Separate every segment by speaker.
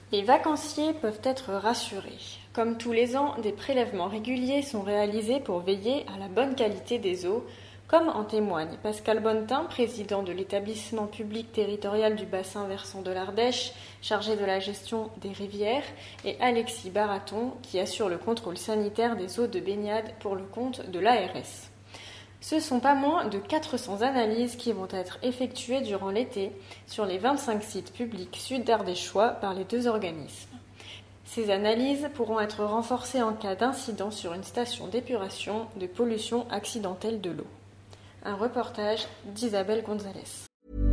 Speaker 1: Les vacanciers peuvent être rassurés. Comme tous les ans, des prélèvements réguliers sont réalisés pour veiller à la bonne qualité des eaux, comme en témoigne Pascal Bonnetin, président de l'établissement public territorial du bassin versant de l'Ardèche, chargé de la gestion des rivières, et Alexis Baraton, qui assure le contrôle sanitaire des eaux de baignade pour le compte de l'ARS. Ce sont pas moins de 400 analyses qui vont être effectuées durant l'été sur les 25 sites publics sud-ardéchois par les deux organismes. Ces analyses pourront être renforcées en cas d'incident sur une station d'épuration de pollution accidentelle de l'eau. Un reportage d'Isabelle Gonzalez.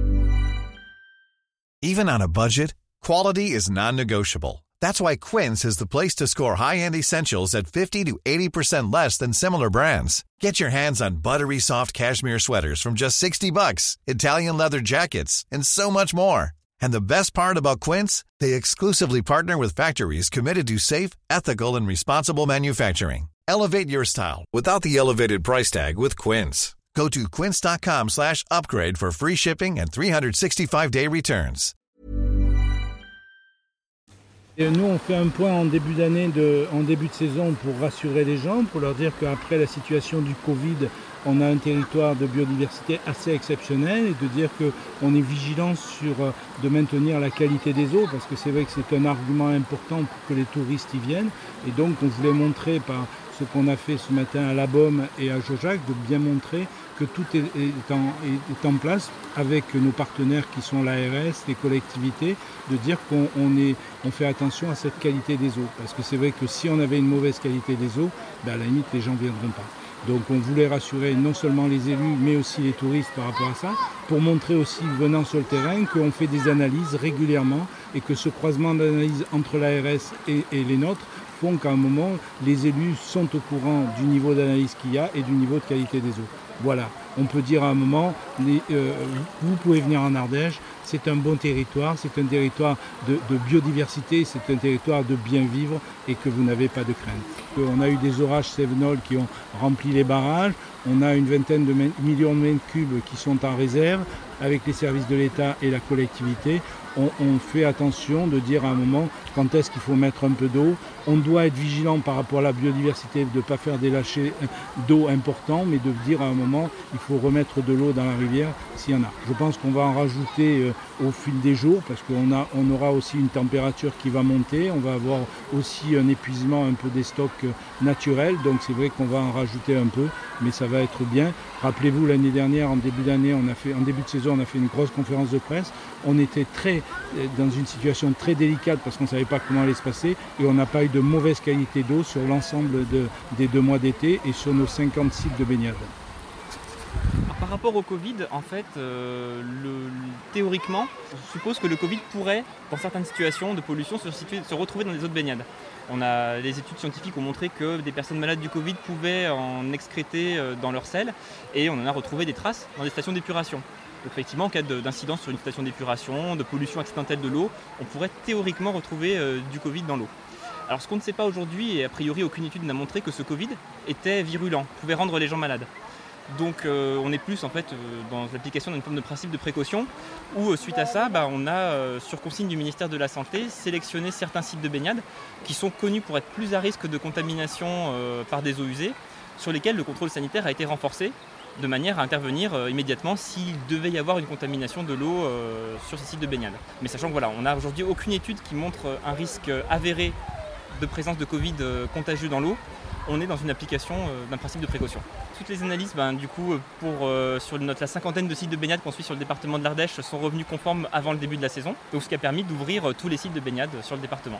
Speaker 2: Even on a budget, quality is non-negotiable. That's why Quince is the place to score high-end essentials at 50 to 80% less than similar brands. Get your hands on buttery soft cashmere sweaters from just $60, Italian leather jackets, and so much more. And the best part about Quince, they exclusively partner with factories committed to safe, ethical, and responsible manufacturing. Elevate your style without the elevated price tag with Quince. Go to quince.com/upgrade for free shipping and 365-day returns.
Speaker 3: Et nous, on fait un point en début de saison pour rassurer les gens, pour leur dire qu'après la situation du Covid, on a un territoire de biodiversité assez exceptionnel et de dire qu'on est vigilant de maintenir la qualité des eaux, parce que c'est vrai que c'est un argument important pour que les touristes y viennent. Et donc, on voulait montrer par ce qu'on a fait ce matin à La Baume et à Jaujac, de bien montrer que tout est en place avec nos partenaires qui sont l'ARS, les collectivités, de dire qu'on fait attention à cette qualité des eaux. Parce que c'est vrai que si on avait une mauvaise qualité des eaux, à la limite les gens ne viendront pas. Donc on voulait rassurer non seulement les élus mais aussi les touristes par rapport à ça, pour montrer aussi, venant sur le terrain, qu'on fait des analyses régulièrement et que ce croisement d'analyses entre l'ARS et les nôtres font qu'à un moment, les élus sont au courant du niveau d'analyse qu'il y a et du niveau de qualité des eaux. Voilà, on peut dire à un moment, vous pouvez venir en Ardèche, c'est un bon territoire, c'est un territoire de biodiversité, c'est un territoire de bien vivre et que vous n'avez pas de crainte. On a eu des orages cévenols qui ont rempli les barrages, on a une vingtaine de millions de mètres cubes qui sont en réserve avec les services de l'État et la collectivité. On fait attention de dire à un moment quand est-ce qu'il faut mettre un peu d'eau. On doit être vigilant par rapport à la biodiversité, de ne pas faire des lâchers d'eau importants, mais de dire à un moment il faut remettre de l'eau dans la rivière s'il y en a. Je pense qu'on va en rajouter au fil des jours parce qu'on aura aussi une température qui va monter, on va avoir aussi un épuisement un peu des stocks naturels, donc c'est vrai qu'on va en rajouter un peu, mais ça va être bien. Rappelez-vous, l'année dernière, en début de saison, on a fait une grosse conférence de presse. On était dans une situation très délicate parce qu'on ne savait pas comment allait se passer et on n'a pas eu de mauvaise qualité d'eau sur l'ensemble des 2 mois d'été et sur nos 50 sites de baignade.
Speaker 4: Alors, par rapport au Covid, en fait, théoriquement, on suppose que le Covid pourrait, dans certaines situations de pollution, se retrouver dans les eaux de baignade. Les études scientifiques ont montré que des personnes malades du Covid pouvaient en excréter dans leur selle et on en a retrouvé des traces dans des stations d'épuration. Donc effectivement, en cas d'incidence sur une station d'épuration, de pollution accidentelle de l'eau, on pourrait théoriquement retrouver du Covid dans l'eau. Alors ce qu'on ne sait pas aujourd'hui, et a priori aucune étude n'a montré que ce Covid était virulent, pouvait rendre les gens malades. Donc on est plus en fait dans l'application d'une forme de principe de précaution où suite à ça, on a sur consigne du ministère de la Santé sélectionné certains sites de baignade qui sont connus pour être plus à risque de contamination par des eaux usées, sur lesquels le contrôle sanitaire a été renforcé de manière à intervenir immédiatement s'il devait y avoir une contamination de l'eau sur ces sites de baignade. Mais sachant que on n'a aujourd'hui aucune étude qui montre un risque avéré de présence de Covid contagieux dans l'eau, on est dans une application d'un principe de précaution. Toutes les analyses, sur la cinquantaine de sites de baignade qu'on suit sur le département de l'Ardèche sont revenus conformes avant le début de la saison, donc ce qui a permis d'ouvrir tous les sites de baignade sur le département.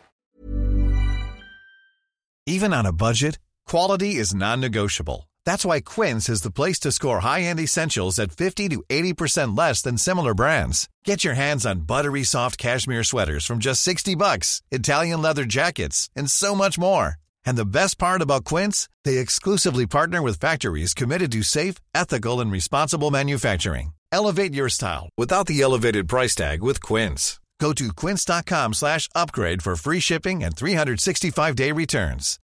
Speaker 2: Even on a budget, quality is non-negotiable. That's why Quince is the place to score high-end essentials at 50 to 80% less than similar brands. Get your hands on buttery soft cashmere sweaters from just $60, Italian leather jackets, and so much more. And the best part about Quince, they exclusively partner with factories committed to safe, ethical, and responsible manufacturing. Elevate your style without the elevated price tag with Quince. Go to quince.com/upgrade for free shipping and 365-day returns.